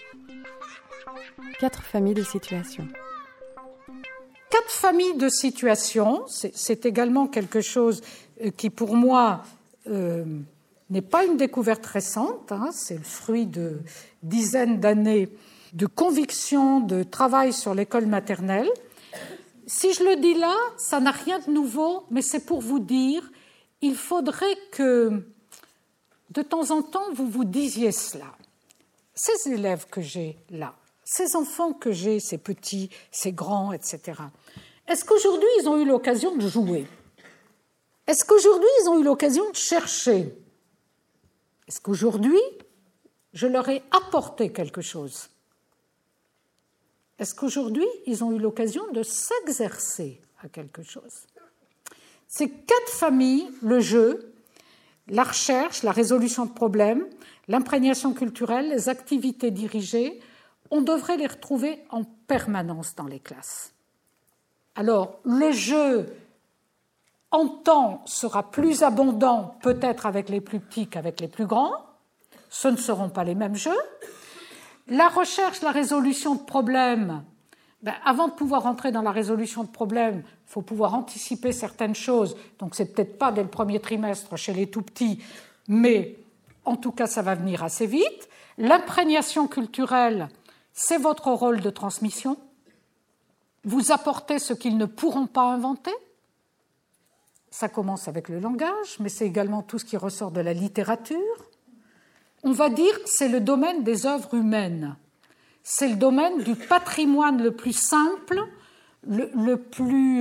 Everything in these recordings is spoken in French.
4 familles de situations. 4 familles de situations, c'est également quelque chose qui pour moi n'est pas une découverte récente, c'est le fruit de dizaines d'années de conviction, de travail sur l'école maternelle. Si je le dis là, ça n'a rien de nouveau, mais c'est pour vous dire, il faudrait que de temps en temps vous vous disiez cela. Ces élèves que j'ai là, ces enfants que j'ai, ces petits, ces grands, etc. Est-ce qu'aujourd'hui, ils ont eu l'occasion de jouer? Est-ce qu'aujourd'hui, ils ont eu l'occasion de chercher? Est-ce qu'aujourd'hui, je leur ai apporté quelque chose? Est-ce qu'aujourd'hui, ils ont eu l'occasion de s'exercer à quelque chose? Ces 4 familles, le jeu, la recherche, la résolution de problèmes, l'imprégnation culturelle, les activités dirigées, on devrait les retrouver en permanence dans les classes. Alors, le jeu en temps sera plus abondant peut-être avec les plus petits qu'avec les plus grands. Ce ne seront pas les mêmes jeux. La recherche, la résolution de problèmes, avant de pouvoir entrer dans la résolution de problèmes, il faut pouvoir anticiper certaines choses. Donc, ce n'est peut-être pas dès le premier trimestre chez les tout-petits, mais en tout cas, ça va venir assez vite. L'imprégnation culturelle, c'est votre rôle de transmission. Vous apportez ce qu'ils ne pourront pas inventer. Ça commence avec le langage, mais c'est également tout ce qui ressort de la littérature. On va dire que c'est le domaine des œuvres humaines. C'est le domaine du patrimoine le plus simple, le plus,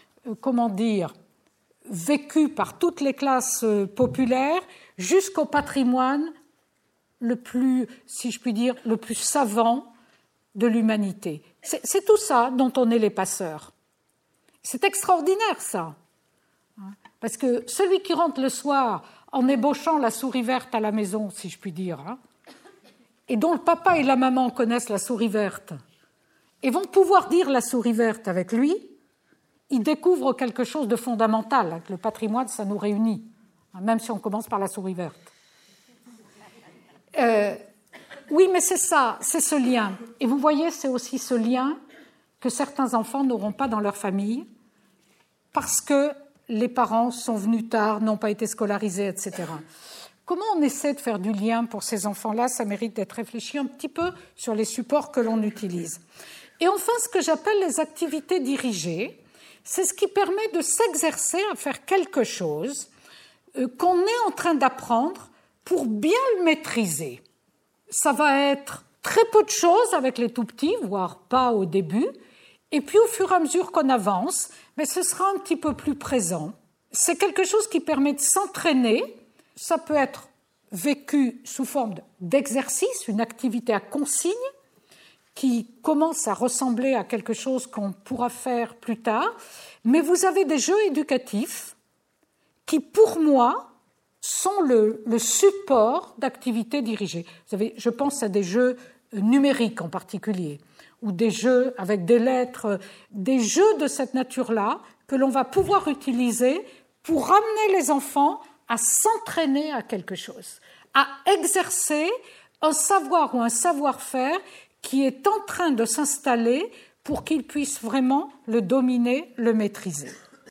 vécu par toutes les classes populaires, jusqu'au patrimoine le plus, si je puis dire, le plus savant de l'humanité. C'est tout ça dont on est les passeurs. C'est extraordinaire, ça. Parce que celui qui rentre le soir en ébauchant la souris verte à la maison, si je puis dire, et dont le papa et la maman connaissent la souris verte, et vont pouvoir dire la souris verte avec lui, il découvre quelque chose de fondamental. Le patrimoine, ça nous réunit, même si on commence par la souris verte. Oui, mais c'est ça, c'est ce lien. Et vous voyez, c'est aussi ce lien que certains enfants n'auront pas dans leur famille parce que les parents sont venus tard, n'ont pas été scolarisés, etc. Comment on essaie de faire du lien pour ces enfants-là? Ça mérite d'être réfléchi un petit peu sur les supports que l'on utilise. Et enfin, ce que j'appelle les activités dirigées, c'est ce qui permet de s'exercer à faire quelque chose qu'on est en train d'apprendre pour bien le maîtriser. Ça va être très peu de choses avec les tout-petits, voire pas au début, et puis au fur et à mesure qu'on avance, mais ce sera un petit peu plus présent. C'est quelque chose qui permet de s'entraîner. Ça peut être vécu sous forme d'exercice, une activité à consigne, qui commence à ressembler à quelque chose qu'on pourra faire plus tard, mais vous avez des jeux éducatifs qui, pour moi, sont le support d'activités dirigées. Vous savez, je pense à des jeux numériques en particulier, ou des jeux avec des lettres, des jeux de cette nature-là que l'on va pouvoir utiliser pour amener les enfants à s'entraîner à quelque chose, à exercer un savoir ou un savoir-faire qui est en train de s'installer pour qu'ils puissent vraiment le dominer, le maîtriser.